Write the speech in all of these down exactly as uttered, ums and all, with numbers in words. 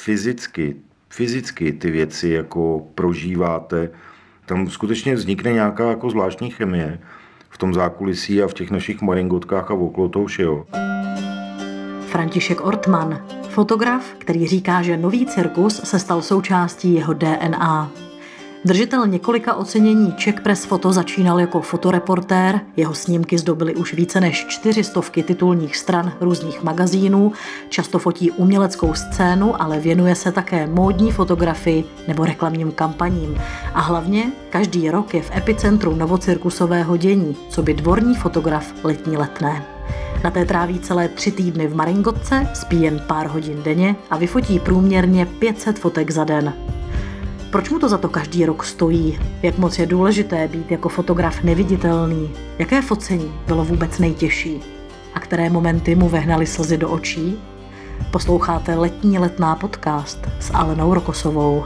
fyzicky, fyzicky ty věci jako prožíváte, tam skutečně vznikne nějaká jako zvláštní chemie v tom zákulisí a v těch našich maringotkách a okolo toho všeho. František Ortman, fotograf, který říká, že nový cirkus se stal součástí jeho D N A. Držitel několika ocenění Czech Press Photo začínal jako fotoreportér, jeho snímky zdobily už více než čtyři stovky titulních stran různých magazínů, často fotí uměleckou scénu, ale věnuje se také módní fotografii nebo reklamním kampaním. A hlavně každý rok je v epicentru novocirkusového dění, co by dvorní fotograf Letní Letné. Na té tráví celé tři týdny v maringotce, spí jen pár hodin denně a vyfotí průměrně pět set fotek za den. Proč mu to za to každý rok stojí? Jak moc je důležité být jako fotograf neviditelný? Jaké focení bylo vůbec nejtěžší? A které momenty mu vehnaly slzy do očí? Posloucháte Letní Letná podcast s Alenou Rokosovou.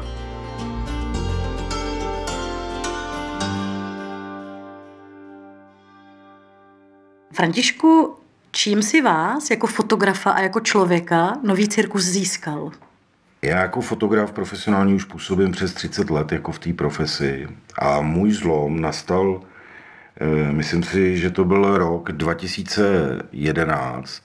Františku, čím si vás jako fotografa a jako člověka nový cirkus získal? Já jako fotograf profesionální už působím přes třicet let jako v té profesi a můj zlom nastal, myslím si, že to byl rok dva tisíce jedenáct,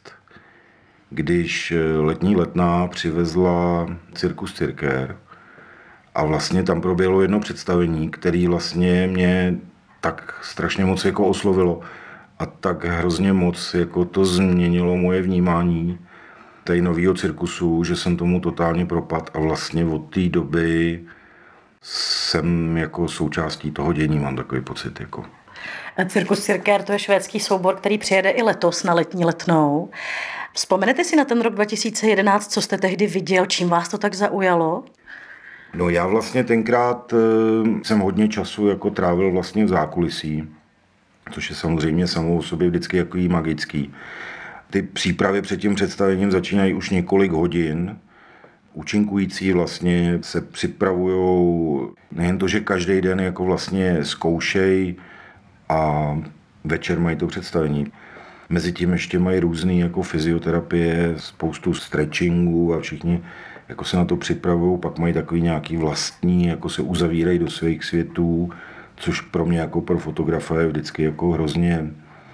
když Letní Letná přivezla Cirkus Cirkér a vlastně tam proběhlo jedno představení, které vlastně mě tak strašně moc jako oslovilo a tak hrozně moc jako to změnilo moje vnímání tady novýho cirkusu, že jsem tomu totálně propad a vlastně od té doby jsem jako součástí toho dění, mám takový pocit. Jako. Cirkus Cirkér, to je švédský soubor, který přijede i letos na Letní Letnou. Vzpomenete si na ten rok dva tisíce jedenáct, co jste tehdy viděl, čím vás to tak zaujalo? No já vlastně tenkrát jsem hodně času jako trávil vlastně v zákulisí, což je samozřejmě samou o sobě vždycky jako magický. Ty přípravy před tím představením začínají už několik hodin. Účinkující vlastně se připravujou nejen to, že každý den jako vlastně zkoušej a večer mají to představení. Mezitím ještě mají různé jako fyzioterapie, spoustu stretchingů a všichni jako se na to připravují, pak mají takový nějaký vlastní, jako se uzavírají do svých světů, což pro mě jako pro fotografa je vždycky jako hrozně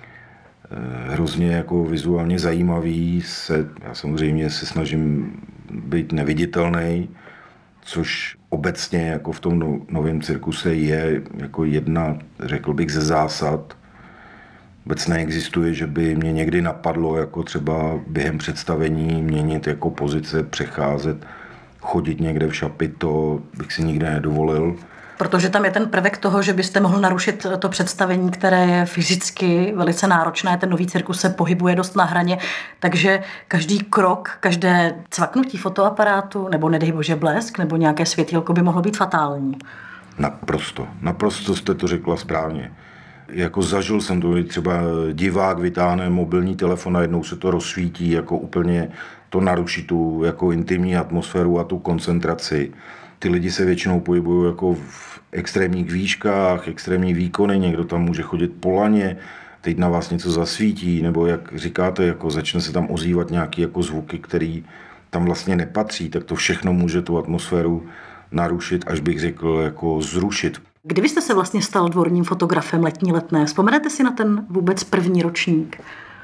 hrozně jako vizuálně zajímavý. Se, já samozřejmě se snažím být neviditelný, což obecně jako v tom novém cirkuse je jako jedna, řekl bych, ze zásad. Vůbec neexistuje, že by mě někdy napadlo jako třeba během představení měnit jako pozice, přecházet, chodit někde v šapi, to bych si nikdy nedovolil. Protože tam je ten prvek toho, že byste mohl narušit to představení, které je fyzicky velice náročné. Ten nový cirkus se pohybuje dost na hraně, takže každý krok, každé cvaknutí fotoaparátu, nebo nedej bože blesk, nebo nějaké světýlko by mohlo být fatální. Naprosto, naprosto jste to řekla správně. Jako zažil jsem to, třeba divák vytáhne mobilní telefon a jednou se to rozsvítí, jako úplně to naruší tu jako intimní atmosféru a tu koncentraci. Ty lidi se většinou pohybují jako v extrémních výškách, extrémní výkony, někdo tam může chodit po laně, teď na vás něco zasvítí, nebo jak říkáte, jako začne se tam ozývat nějaké jako zvuky, které tam vlastně nepatří, tak to všechno může tu atmosféru narušit, až bych řekl, jako zrušit. Kdy jste se vlastně stal dvorním fotografem Letní Letné? Vzpomenete si na ten vůbec první ročník?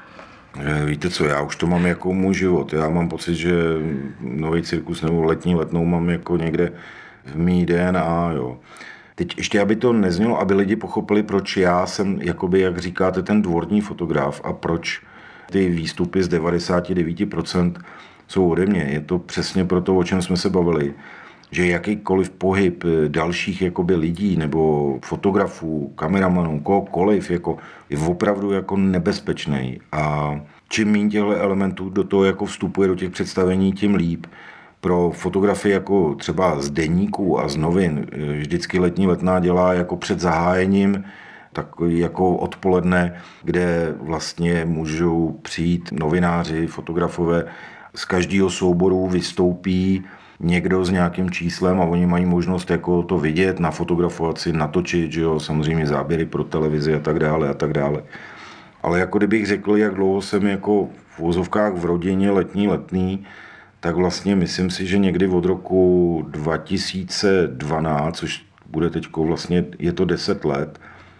Víte co, já už to mám jako můj život. Já mám pocit, že nový cirkus nebo Letní Letnou mám jako někde v mý D N A, jo. Teď ještě, aby to neznělo, aby lidi pochopili, proč já jsem, jakoby, jak říkáte, ten dvorní fotograf a proč ty výstupy z devadesát devět procent jsou ode mě. Je to přesně pro to, o čem jsme se bavili, že jakýkoliv pohyb dalších jakoby lidí nebo fotografů, kameramanů, kohokoliv, jako, je opravdu jako nebezpečný. A čím méně těchto elementů do toho jako vstupuje do těch představení, tím líp. Pro fotografii jako třeba z deníků a z novin vždycky Letní Letná dělá jako před zahájením takový jako odpoledne, kde vlastně můžou přijít novináři, fotografové, z každého souboru vystoupí někdo s nějakým číslem a oni mají možnost jako to vidět, nafotografovat si, natočit, že jo, samozřejmě záběry pro televizi a tak dále a tak dále. Ale jako kdybych řekl, jak dlouho jsem jako v uvozovkách v rodině Letní Letný, tak vlastně myslím si, že někdy od roku dva tisíce dvanáct, což bude teď vlastně, je to deset let,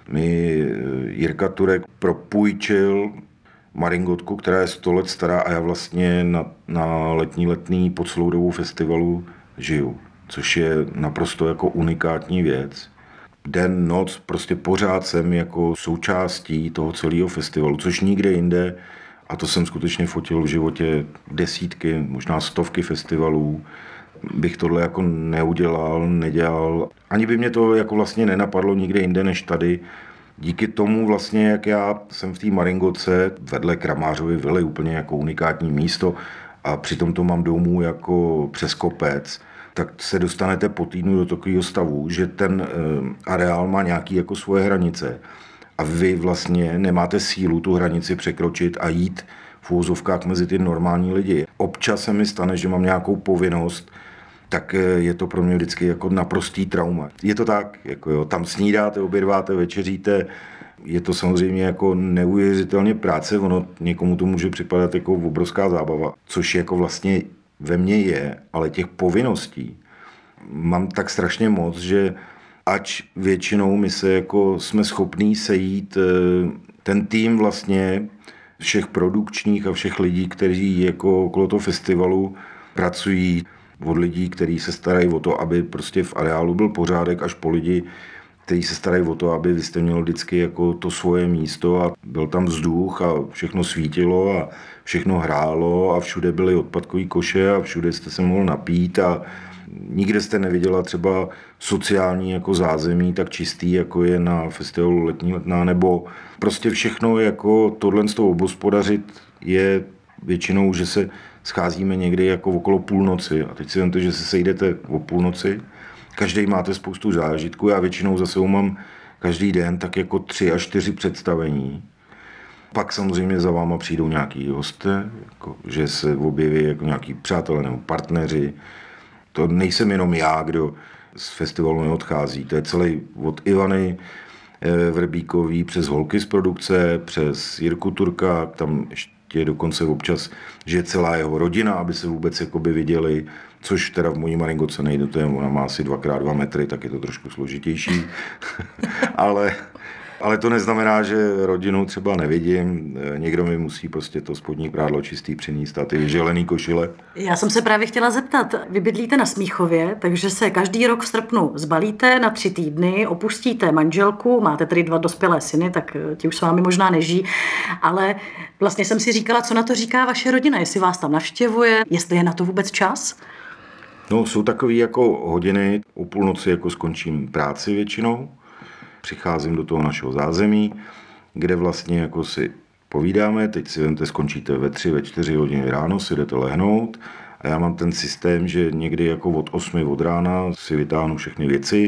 mi Jirka Turek propůjčil maringotku, která je sto let stará a já vlastně na, na letní letný pod celou dobu festivalu žiju, což je naprosto jako unikátní věc. Den, noc, prostě pořád jsem jako součástí toho celého festivalu, což nikde jinde, a to jsem skutečně fotil v životě desítky, možná stovky festivalů, bych tohle jako neudělal, nedělal. Ani by mě to jako vlastně nenapadlo nikde jinde než tady. Díky tomu vlastně, jak já jsem v té Maringotce, vedle Kramářovy vily, úplně jako unikátní místo, a přitom to mám domů jako přes kopec, tak se dostanete po týdnu do takového stavu, že ten areál má nějaké jako svoje hranice a vy vlastně nemáte sílu tu hranici překročit a jít v úvozovkách mezi ty normální lidi. Občas se mi stane, že mám nějakou povinnost, tak je to pro mě vždycky jako naprostý trauma. Je to tak, jako jo, tam snídáte, obědváte, večeříte, je to samozřejmě jako neuvěřitelně práce, ono někomu to může připadat jako obrovská zábava, což jako vlastně ve mně je, ale těch povinností mám tak strašně moc, že ač většinou my se jako jsme schopní sejít, ten tým vlastně všech produkčních a všech lidí, kteří jako okolo toho festivalu pracují, od lidí, kteří se starají o to, aby prostě v areálu byl pořádek, až po lidi, kteří se starají o to, aby vy jste měli vždycky jako to svoje místo a byl tam vzduch a všechno svítilo a všechno hrálo a všude byly odpadkový koše a všude jste se mohl napít a nikde jste neviděla třeba sociální jako zázemí tak čistý, jako je na festivalu Letní letná, nebo prostě všechno jako tohle z toho obospodařit je většinou, že se scházíme někdy jako okolo půlnoci a teď si vemte, že se sejdete o půlnoci, každý máte spoustu zážitků, já většinou zase mám každý den tak jako tři až čtyři představení. Pak samozřejmě za váma přijdou nějaký hosté, jako, že se objeví jako nějaký přátelé nebo partneři. To nejsem jenom já, kdo z festivalu neodchází, to je celý od Ivany Vrbíkový přes holky z produkce, přes Jirku Turka, tam ještě dokonce občas, že je celá jeho rodina, aby se vůbec jakoby viděli, což teda v mojí Maringotce nejde, to je, ona má asi dva krát dva metry, tak je to trošku složitější, ale, ale to neznamená, že rodinu třeba nevidím, někdo mi musí prostě to spodní prádlo čistý přinést a ty želený košile. Já jsem se právě chtěla zeptat, vy bydlíte na Smíchově, takže se každý rok v srpnu zbalíte na tři týdny, opustíte manželku, máte tedy dva dospělé syny, tak ti už s vámi možná nežijí, ale vlastně jsem si říkala, co na to říká vaše rodina, jestli vás tam navštěvuje, jestli je na to vůbec čas? No, jsou takové jako hodiny, o půlnoci jako skončím práci většinou, přicházím do toho našeho zázemí, kde vlastně jako si povídáme, teď si vemte, skončíte ve tři, ve čtyři hodiny ráno, si jdete lehnout a já mám ten systém, že někdy jako od osmi od rána si vytáhnu všechny věci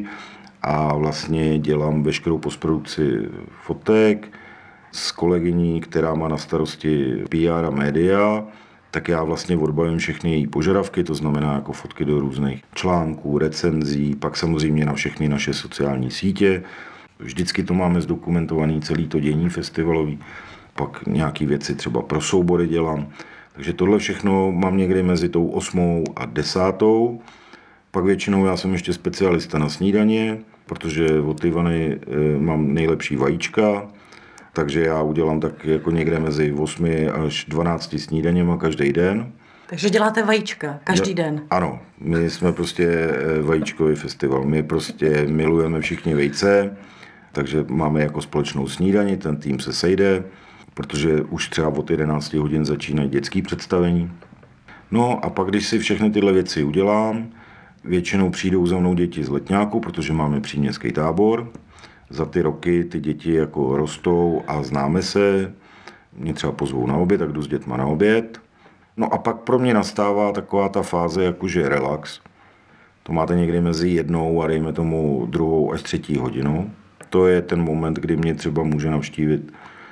a vlastně dělám veškerou postprodukci fotek s kolegyní, která má na starosti P R a média, tak já vlastně odbavím všechny její požadavky, to znamená jako fotky do různých článků, recenzí, pak samozřejmě na všechny naše sociální sítě. Vždycky to máme zdokumentovaný celý to dění festivalový, pak nějaké věci třeba pro soubory dělám. Takže tohle všechno mám někdy mezi tou osmou a desátou. Pak většinou já jsem ještě specialista na snídaně, protože od Ivany mám nejlepší vajíčka, takže já udělám tak jako někde mezi osmi až dvanácti snídaněma každý den. Takže děláte vajíčka každý den? Ano, my jsme prostě vajíčkový festival. My prostě milujeme všichni vejce, takže máme jako společnou snídani, ten tým se sejde, protože už třeba od jedenácti hodin začínají dětský představení. No a pak, když si všechny tyhle věci udělám, většinou přijdou za mnou děti z letňáku, protože máme příměstský tábor. Za ty roky ty děti jako rostou a známe se. Mě třeba pozvou na oběd, tak jdu s dětma na oběd. No a pak pro mě nastává taková ta fáze jakože relax. To máte někdy mezi jednou a dejme tomu druhou až třetí hodinou. To je ten moment, kdy mě třeba může navštívit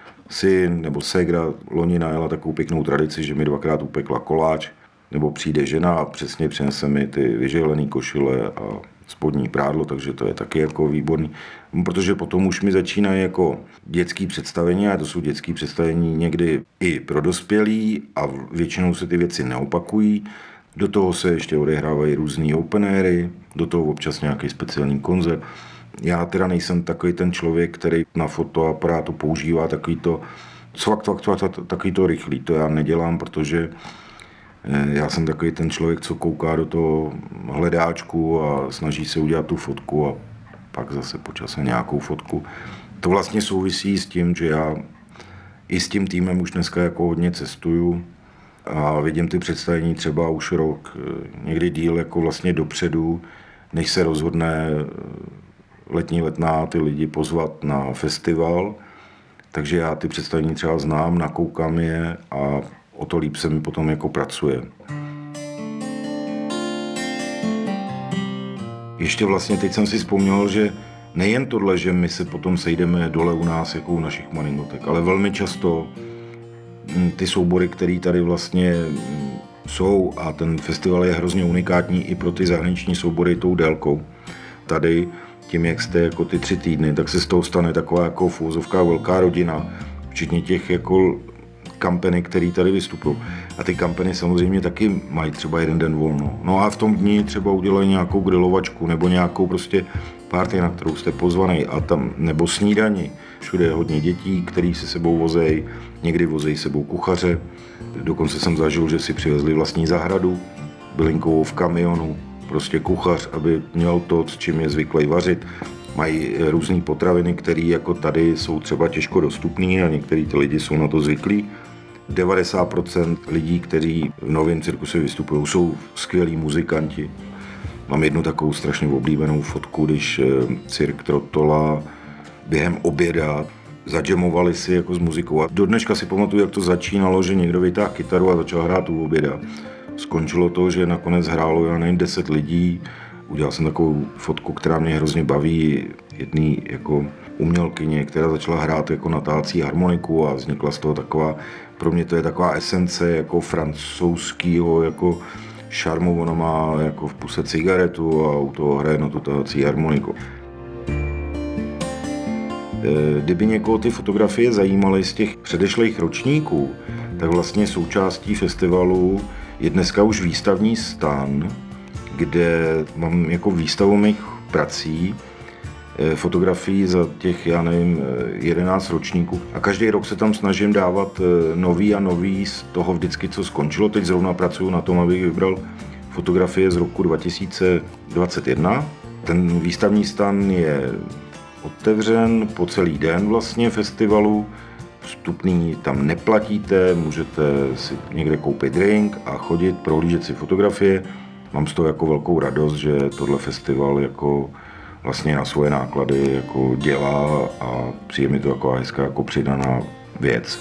syn nebo ségra. Loni najela takovou pěknou tradici, že mi dvakrát upekla koláč. Nebo přijde žena a přesně přinese mi ty vyžehlený košile a spodní prádlo, takže to je taky jako výborný. Protože potom už mi začínají jako dětský představení, a to jsou dětský představení někdy i pro dospělí a většinou se ty věci neopakují, Do toho se ještě odehrávají různý open airy, do toho občas nějaký speciální koncert. Já teda nejsem takový ten člověk, který na fotoaparátu používá takový to cvak, cvak, cvak, takový to rychlý. To já nedělám, protože já jsem takový ten člověk, co kouká do toho hledáčku a snaží se udělat tu fotku a pak zase po čase nějakou fotku. To vlastně souvisí s tím, že já i s tím týmem už dneska jako hodně cestuju a vidím ty představení třeba už rok, někdy díl jako vlastně dopředu, než se rozhodne Letní Letná ty lidi pozvat na festival. Takže já ty představení třeba znám, nakoukám je a o to líp se mi potom jako pracuje. Ještě vlastně teď jsem si vzpomněl, že nejen tohle, že my se potom sejdeme dole u nás jako u našich maningotek, ale velmi často ty soubory, které tady vlastně jsou, a ten festival je hrozně unikátní i pro ty zahraniční soubory tou délkou. Tady tím, jak jste jako ty tři týdny, tak se z toho stane taková jako v úvozovkách velká rodina, včetně těch jako kampeny, který tady vystupují. A ty kampeny samozřejmě taky mají třeba jeden den volno. No a v tom dni třeba udělají nějakou grilovačku nebo nějakou prostě party, na kterou jste pozvaný, a tam nebo snídani. Všude je hodně dětí, který si sebou vozejí, někdy vozejí sebou kuchaře. Dokonce jsem zažil, že si přivezli vlastní zahradu, bylinkovou v kamionu, prostě kuchař, aby měl to, s čím je zvyklý vařit. Mají různé potraviny, které jako tady jsou třeba těžko dostupné a některý ty lidi jsou na to zvyklí. devadesát procent lidí, kteří v Novém cirkuse vystupují, jsou skvělí muzikanti. Mám jednu takovou strašně oblíbenou fotku, když Cirk Trottola během oběda zadžemovali si jako s muzikou. A do dneška si pamatuju, jak to začínalo, že někdo vytáhl kytaru a začal hrát u oběda. Skončilo to, že nakonec hrálo, já nevím, deset lidí. Udělal jsem takovou fotku, která mě hrozně baví, jedný jako umělkyně, která začala hrát jako natácí harmoniku a vznikla z toho taková, pro mě to je taková esence jako francouzského jako šarmu, ona má jako v puse cigaretu a u toho hraje na tu tahací harmoniku. Kdyby někoho ty fotografie zajímaly z těch předešlých ročníků, tak vlastně součástí festivalu je dneska už výstavní stan, kde mám jako výstavu mých prací, fotografií za těch, já nevím, jedenáct ročníků. A každý rok se tam snažím dávat nový a nový z toho vždycky, co skončilo. Teď zrovna pracuji na tom, abych vybral fotografie z roku dva tisíce dvacet jedna. Ten výstavní stan je otevřen po celý den vlastně festivalu. Vstupný tam neplatíte, můžete si někde koupit drink a chodit, prohlížet si fotografie. Mám z toho jako velkou radost, že tohle festival jako vlastně na svoje náklady jako dělá a přijde mi to jako hezká jako přidaná věc.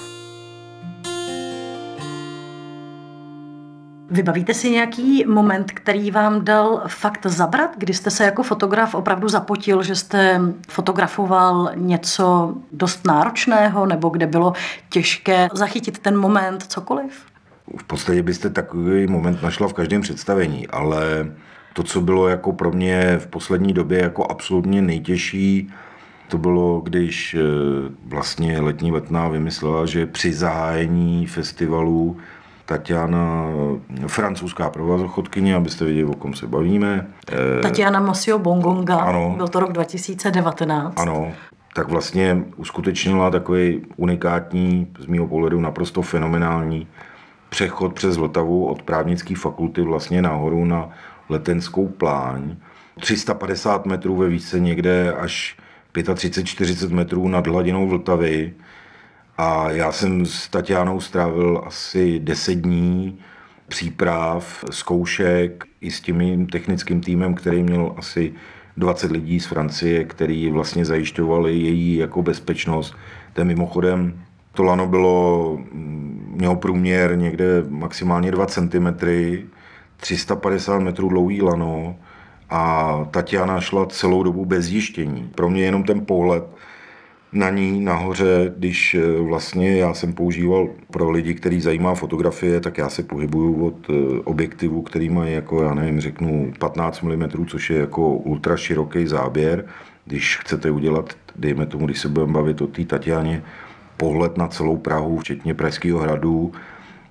Vybavíte si nějaký moment, který vám dal fakt zabrat, kdy jste se jako fotograf opravdu zapotil, že jste fotografoval něco dost náročného, nebo kde bylo těžké zachytit ten moment, cokoliv? V podstatě byste takový moment našla v každém představení, ale to, co bylo jako pro mě v poslední době jako absolutně nejtěžší, to bylo, když vlastně Letní Letná vymyslela, že při zahájení festivalu Tatiana, francouzská provazochodkyně, abyste věděli, o kom se bavíme. Tatiana Mosio Bongonga, ano, byl to rok dva tisíce devatenáct. Ano, tak vlastně uskutečnila takový unikátní, z mého pohledu naprosto fenomenální přechod přes Vltavu od právnické fakulty vlastně nahoru na Letenskou pláň. tři sta padesát metrů ve výšce někde až třicet pět čtyřicet metrů nad hladinou Vltavy. A já jsem s Tatianou strávil asi deset dní příprav, zkoušek i s tím mým technickým týmem, který měl asi dvacet lidí z Francie, který vlastně zajišťovali její jako bezpečnost. To mimochodem, to lano bylo, mělo průměr někde maximálně dva centimetry, tři sta padesát metrů dlouhý lano a Tatiana šla celou dobu bez zjištění. Pro mě jenom ten pohled na ní nahoře, když vlastně já jsem používal pro lidi, který zajímá fotografie, tak já se pohybuju od objektivu, který má jako, já nevím, řeknu patnáct milimetrů, což je jako ultra široký záběr. Když chcete udělat, dejme tomu, když se budeme bavit o té Tatianě, pohled na celou Prahu, včetně Pražského hradu,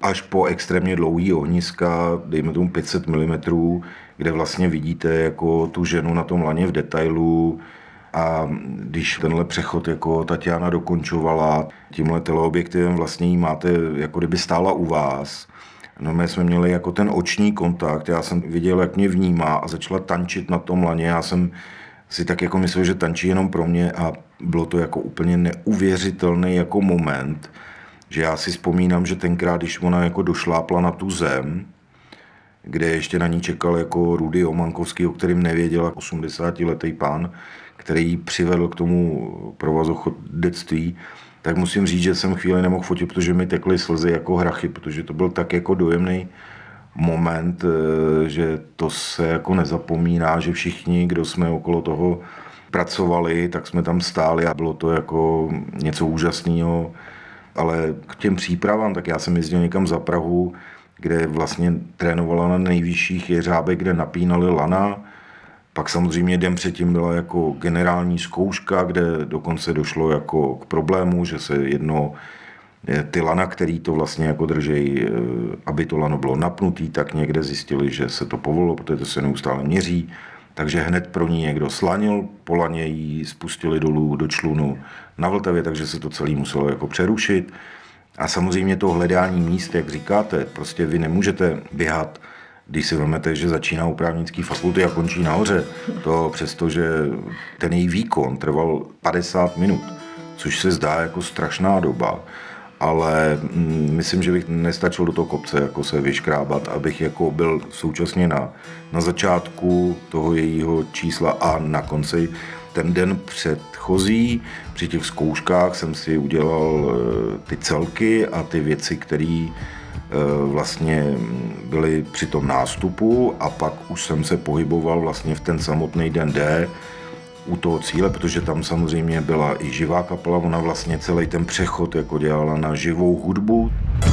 až po extrémně dlouhý ohniska, dejme tomu pět set milimetrů, kde vlastně vidíte jako tu ženu na tom laně v detailu. A když tenhle přechod jako Tatiana dokončovala, tímhle teleobjektivem vlastně jí máte, jako kdyby stála u vás. No my jsme měli jako ten oční kontakt, já jsem viděl, jak mě vnímá a začala tančit na tom laně. Já jsem si tak jako myslel, že tančí jenom pro mě a bylo to jako úplně neuvěřitelný jako moment, že já si vzpomínám, že tenkrát, když ona jako došlápla na tu zem, kde ještě na ní čekal jako Rudy Omankovský, o kterým nevěděl osmdesátiletý pán, který ji přivedl k tomu provazochodectví, tak musím říct, že jsem chvíli nemohl fotit, protože mi tekly slzy jako hrachy, protože to byl tak jako dojemný moment, že to se jako nezapomíná, že všichni, kdo jsme okolo toho pracovali, tak jsme tam stáli a bylo to jako něco úžasného. Ale k těm přípravám, tak já jsem jezdil někam za Prahu, kde vlastně trénovala na nejvyšších jeřábech, kde napínali lana. Pak samozřejmě den předtím byla jako generální zkouška, kde dokonce došlo jako k problému, že se jedno ty lana, který to vlastně jako držej, aby to lano bylo napnutý, tak někde zjistili, že se to povolilo, protože to se neustále měří. Takže hned pro ní někdo slanil, po laně ji spustili dolů do člunu na Vltavě, takže se to celé muselo jako přerušit. A samozřejmě to hledání míst, jak říkáte, prostě vy nemůžete běhat, když si vezmete, že začíná u právnické fakulty a končí nahoře, to přestože ten její výkon trval padesát minut, což se zdá jako strašná doba, ale myslím, že bych nestačil do toho kopce jako se vyškrábat, abych jako byl současně na, na začátku toho jejího čísla a na konci. Ten den předchozí, při těch zkouškách jsem si udělal ty celky a ty věci, které vlastně byly při tom nástupu a pak už jsem se pohyboval vlastně v ten samotný den D u toho cíle, protože tam samozřejmě byla i živá kapela, ona vlastně celý ten přechod jako dělala na živou hudbu.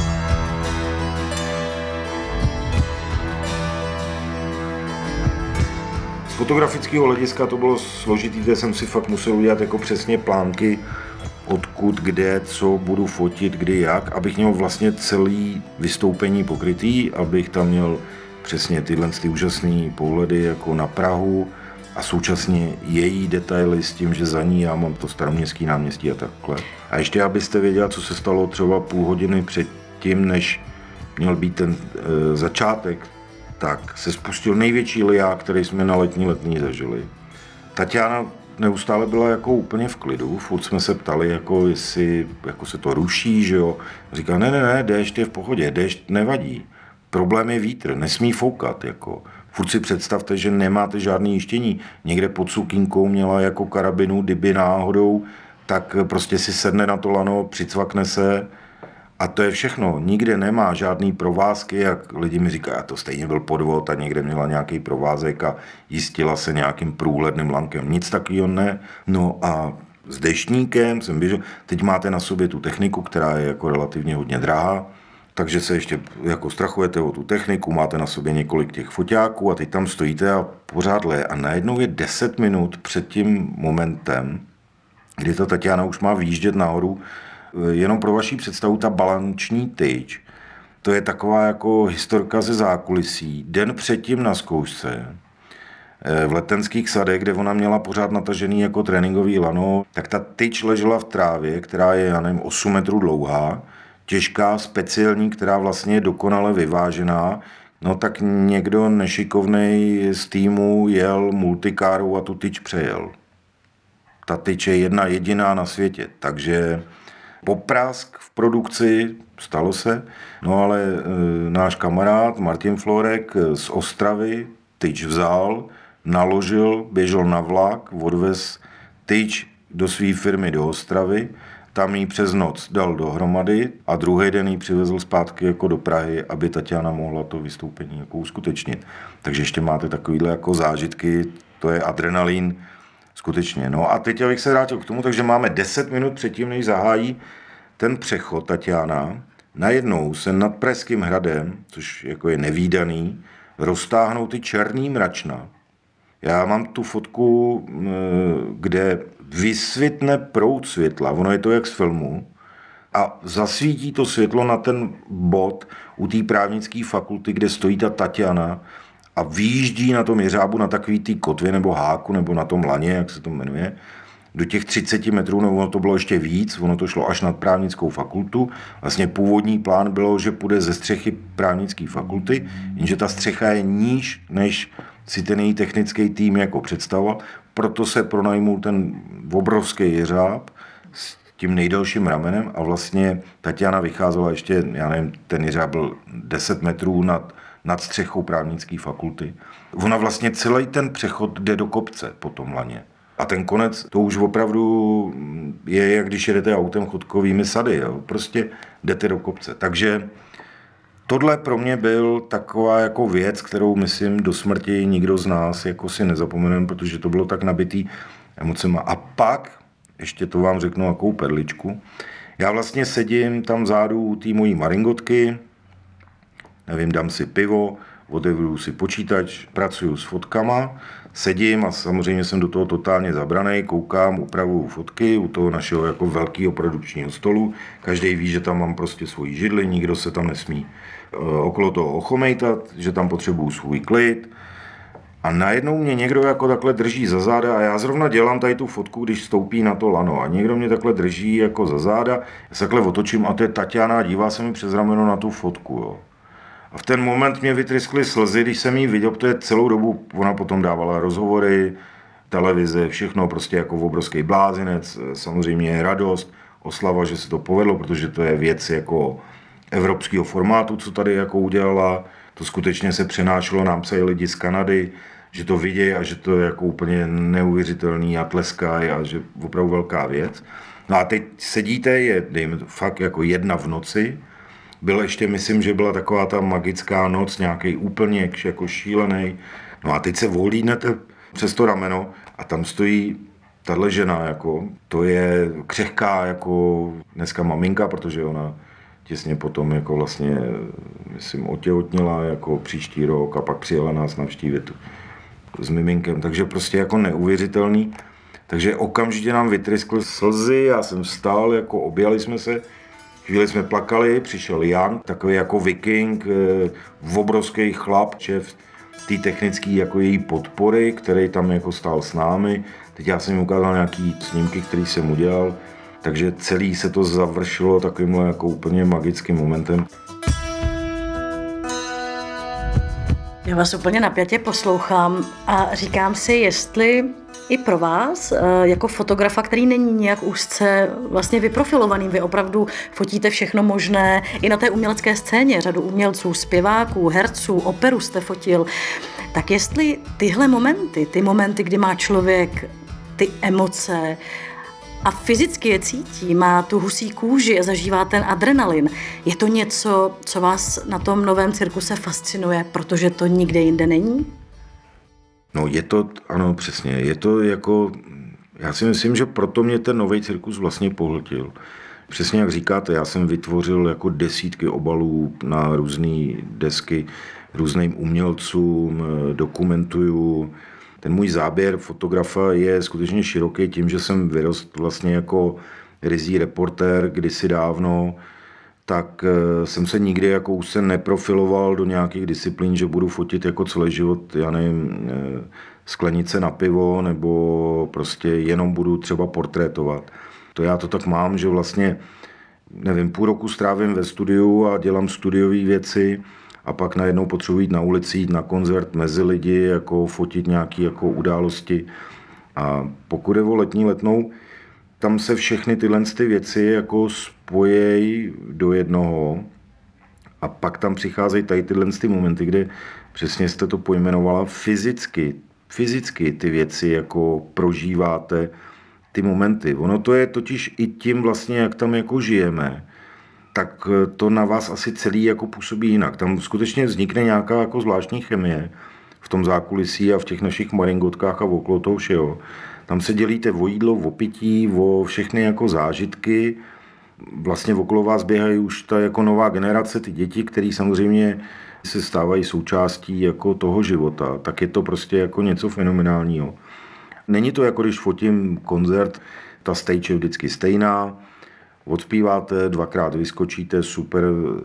Z fotografického hlediska to bylo složitý, kde jsem si fakt musel udělat jako přesně plánky, odkud, kde, co budu fotit, kdy, jak, abych měl vlastně celý vystoupení pokrytý, abych tam měl přesně tyhle ty úžasné pohledy jako na Prahu a současně její detaily s tím, že za ní já mám to Staroměstský náměstí a takhle. A ještě abyste věděla, co se stalo třeba půl hodiny předtím, než měl být ten e, začátek, tak se spustil největší liák, který jsme na letní letní zažili. Tatiana neustále byla jako úplně v klidu, furt jsme se ptali, jako jestli jako se to ruší, že jo. Říkala, ne, ne, ne, déšť je v pohodě, déšť nevadí. Problém je vítr, nesmí foukat, jako. Furt si představte, že nemáte žádné jištění. Někde pod sukínkou měla jako karabinu, kdyby náhodou, tak prostě si sedne na to lano, přicvakne se a to je všechno. Nikde nemá žádný provázky, jak lidi mi říkají, a to stejně byl podvod a někde měla nějaký provázek a jistila se nějakým průhledným lankem. Nic takového ne. No a s deštníkem jsem běžel. Teď máte na sobě tu techniku, která je jako relativně hodně drahá, takže se ještě jako strachujete o tu techniku, máte na sobě několik těch foťáků a teď tam stojíte a pořád leje. A najednou je deset minut před tím momentem, kdy ta Tatiana už má výjíždět nahoru. Jenom pro vaši představu, ta balanční tyč, to je taková jako historka ze zákulisí. Den předtím na zkoušce v Letenských sadech, kde ona měla pořád natažený jako tréninkový lano, tak ta tyč ležela v trávě, která je, já nevím, osm metrů dlouhá, těžká, speciální, která vlastně je dokonale vyvážená. No tak někdo nešikovnej z týmu jel multikárou a tu tyč přejel. Ta tyč je jedna jediná na světě, takže poprask v produkci, stalo se, no ale e, náš kamarád Martin Florek z Ostravy tyč vzal, naložil, běžel na vlak, odvez tyč do své firmy do Ostravy, tam ji přes noc dal dohromady a druhý den ji přivezl zpátky jako do Prahy, aby Tatiana mohla to vystoupení jako uskutečnit. Takže ještě máte takovýhle jako zážitky, to je adrenalin, skutečně. No a teď abych se vrátil k tomu, takže máme deset minut předtím, než zahájí ten přechod Tatiana. Najednou se nad Pražským hradem, což jako je nevídaný, roztáhnou ty černý mračna. Já mám tu fotku, kde vysvětne proud světla, ono je to jak z filmu, a zasvítí to světlo na ten bod u té právnické fakulty, kde stojí ta Tatiana a výjíždí na tom jeřábu na takový té kotvě nebo háku nebo na tom laně, jak se to jmenuje, do těch třicet metrů, nebo ono to bylo ještě víc, ono to šlo až nad právnickou fakultu. Vlastně původní plán bylo, že půjde ze střechy právnické fakulty, jenže ta střecha je níž, než si ten její technický tým jako představoval, proto se pronajmul ten obrovský jeřáb s tím nejdelším ramenem a vlastně Tatiana vycházela ještě, já nevím, ten jeřáb byl deset metrů nad, nad střechou právnické fakulty. Ona vlastně celý ten přechod jde do kopce po tom laně. A ten konec, to už opravdu je, jak když jedete autem chodkovými sady. Jo? Prostě jdete do kopce. Takže tohle pro mě byl taková jako věc, kterou myslím do smrti nikdo z nás jako si nezapomeneme, protože to bylo tak nabitý emocema. A pak, ještě to vám řeknu jakou perličku, já vlastně sedím tam vzadu u té mojí maringotky, nevím, dám si pivo, otevřu si počítač, pracuju s fotkama, sedím a samozřejmě jsem do toho totálně zabranej, koukám, upravuju fotky u toho našeho jako velkého produkčního stolu. Každý ví, že tam mám prostě svoji židli, nikdo se tam nesmí okolo toho ochomejtat, že tam potřebuju svůj klid. A najednou mě někdo jako takhle drží za záda a já zrovna dělám tady tu fotku, když stoupí na to lano a někdo mě takhle drží jako za záda, já se takhle otočím a to je Tatiana a dívá se mi přes rameno na tu fotku, jo. A v ten moment mě vytryskly slzy, když jsem jí viděl, protože celou dobu ona potom dávala rozhovory, televize, všechno prostě jako obrovský blázinec, samozřejmě radost, oslava, že se to povedlo, protože to je věc jako evropského formátu, co tady jako udělala. To skutečně se přenášelo, nám psají lidi z Kanady, že to vidějí a že to je jako úplně neuvěřitelný a tleskají a že opravdu velká věc. No a teď sedíte, je dejme to fakt jako jedna v noci. Byl ještě, myslím, že byla taková ta magická noc, nějaký úplně jako šílený. No a teď se volínete přes to rameno a tam stojí tahle žena, jako, to je křehká jako dneska maminka, protože ona těsně potom jako vlastně, myslím, otěhotnila jako příští rok a pak přijela nás navštívit s miminkem, takže prostě jako neuvěřitelný. Takže okamžitě nám vytryskly slzy, já jsem vstál, jako objali jsme se, chvíli jsme plakali, přišel Jan, takový jako viking, obrovský chlap, šéf té technické jako její podpory, který tam jako stál s námi. Teď já jsem jim ukázal nějaký snímky, který jsem udělal, takže celý se to završilo takovýmhle jako úplně magickým momentem. Já vás úplně napjatě poslouchám a říkám si, jestli i pro vás, jako fotografa, který není nějak úzce vlastně vyprofilovaný, vy opravdu fotíte všechno možné, i na té umělecké scéně, řadu umělců, zpěváků, herců, operu jste fotil, tak jestli tyhle momenty, ty momenty, kdy má člověk ty emoce a fyzicky je cítí, má tu husí kůži a zažívá ten adrenalin, je to něco, co vás na tom novém cirkuse fascinuje, protože to nikde jinde není? No je to, ano, přesně, je to jako, já si myslím, že proto mě ten nový cirkus vlastně pohltil. Přesně jak říkáte, já jsem vytvořil jako desítky obalů na různé desky, různým umělcům, dokumentuju. Ten můj záběr fotografa je skutečně široký tím, že jsem vyrostl vlastně jako ryzí reportér kdysi dávno, tak jsem se nikdy jako už se neprofiloval do nějakých disciplín, že budu fotit jako celý život, já nevím, sklenice na pivo, nebo prostě jenom budu třeba portrétovat. To já to tak mám, že vlastně, nevím, půl roku strávím ve studiu a dělám studiové věci a pak najednou potřebuji jít na ulici, jít na koncert mezi lidi, jako fotit nějaké jako události. A pokud je o letní letnou, tam se všechny tyhle ty věci jako spojejí do jednoho a pak tam přicházejí tady tyhle ty momenty, kde přesně jste to pojmenovala fyzicky, fyzicky ty věci jako prožíváte, ty momenty. Ono to je totiž i tím vlastně, jak tam jako žijeme, tak to na vás asi celý jako působí jinak. Tam skutečně vznikne nějaká jako zvláštní chemie v tom zákulisí a v těch našich maringotkách a okolo toho všeho. Tam se dělíte o jídlo, o pití, o všechny jako zážitky. Vlastně okolo vás běhají už ta jako nová generace, ty děti, které samozřejmě se stávají součástí jako toho života. Tak je to prostě jako něco fenomenálního. Není to jako když fotím koncert, ta stage je vždycky stejná. odspíváte, dvakrát vyskočíte, super,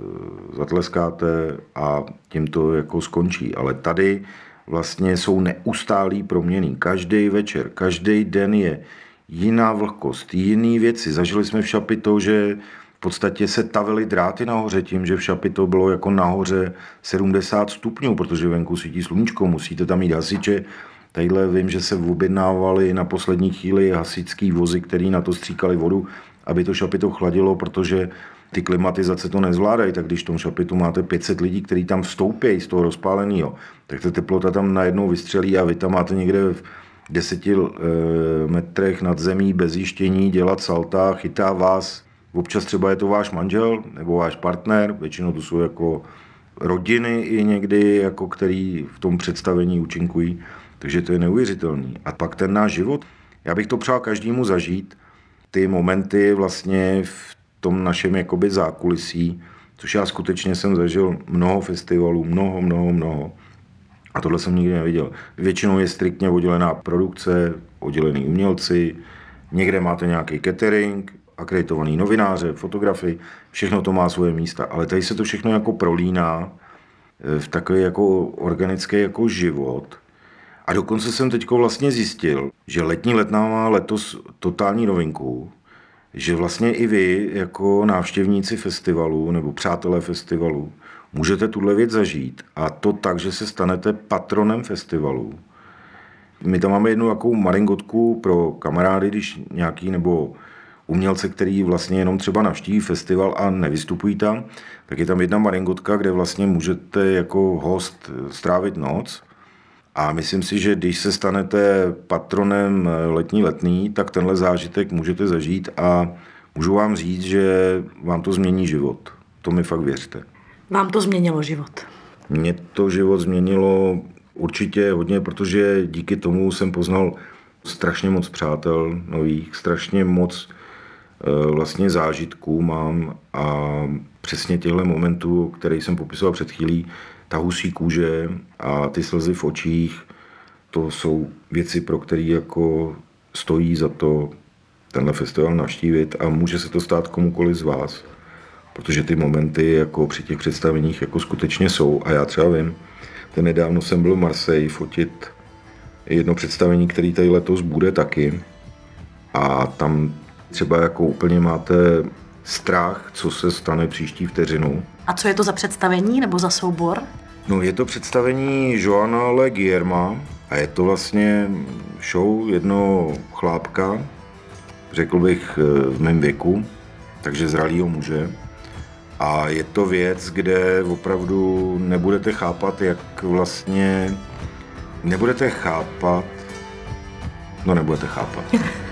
zatleskáte a tím to jako skončí. Ale tady vlastně jsou neustálý proměny. Každý večer, každý den je jiná vlhkost, jiný věci. Zažili jsme v Šapi to, že v podstatě se tavily dráty nahoře tím, že v Šapi to bylo jako nahoře sedmdesát stupňů, protože venku svítí sluníčko, musíte tam mít hasiče. Tadyhle vím, že se objednávali na poslední chvíli hasičský vozy, který na to stříkali vodu, aby to Šapito chladilo, protože ty klimatizace to nezvládají, tak když v tom Šapitu máte pět set lidí, kteří tam vstoupějí z toho rozpáleného, tak ta teplota tam najednou vystřelí a vy tam máte někde v deseti e, metrech nad zemí bez jištění dělat salta, chytá vás, občas třeba je to váš manžel nebo váš partner, většinou to jsou jako rodiny i někdy, jako který v tom představení účinkují, takže to je neuvěřitelný. A pak ten náš život, já bych to přál každému zažít, ty momenty vlastně v tom našem jakoby zákulisí, což já skutečně jsem zažil mnoho festivalů, mnoho, mnoho, mnoho. A tohle jsem nikdy neviděl. Většinou je striktně oddělená produkce, oddělený umělci, někde máte nějaký catering, akreditovaný novináře, fotografy, všechno to má svoje místa, ale tady se to všechno jako prolíná v takový jako organický jako život. A dokonce jsem teď vlastně zjistil, že letní letná má letos totální novinku, že vlastně i vy jako návštěvníci festivalu nebo přátelé festivalu můžete tuhle věc zažít a to tak, že se stanete patronem festivalu. My tam máme jednu jakou maringotku pro kamarády, když nějaký nebo umělce, který vlastně jenom třeba navštíví festival a nevystupují tam, tak je tam jedna maringotka, kde vlastně můžete jako host strávit noc. A myslím si, že když se stanete patronem letní letný, tak tenhle zážitek můžete zažít a můžu vám říct, že vám to změní život. To mi fakt věřte. Vám to změnilo život? Mě to život změnilo určitě hodně, protože díky tomu jsem poznal strašně moc přátel nových, strašně moc vlastně zážitků mám a přesně těchto momentů, který jsem popisoval před chvílí, ta husí kůže a ty slzy v očích, to jsou věci, pro které jako stojí za to tenhle festival navštívit a může se to stát komukoliv z vás, protože ty momenty jako při těch představeních jako skutečně jsou a já třeba vím, ten nedávno jsem byl v Marseille fotit jedno představení, který tady letos bude taky a tam třeba jako úplně máte strach, co se stane příští vteřinu. A co je to za představení nebo za soubor? No, je to představení Joana Le Guillerma a je to vlastně show jednoho chlápka, řekl bych v mém věku, takže zralýho muže. A je to věc, kde opravdu nebudete chápat, jak vlastně nebudete chápat, no nebudete chápat.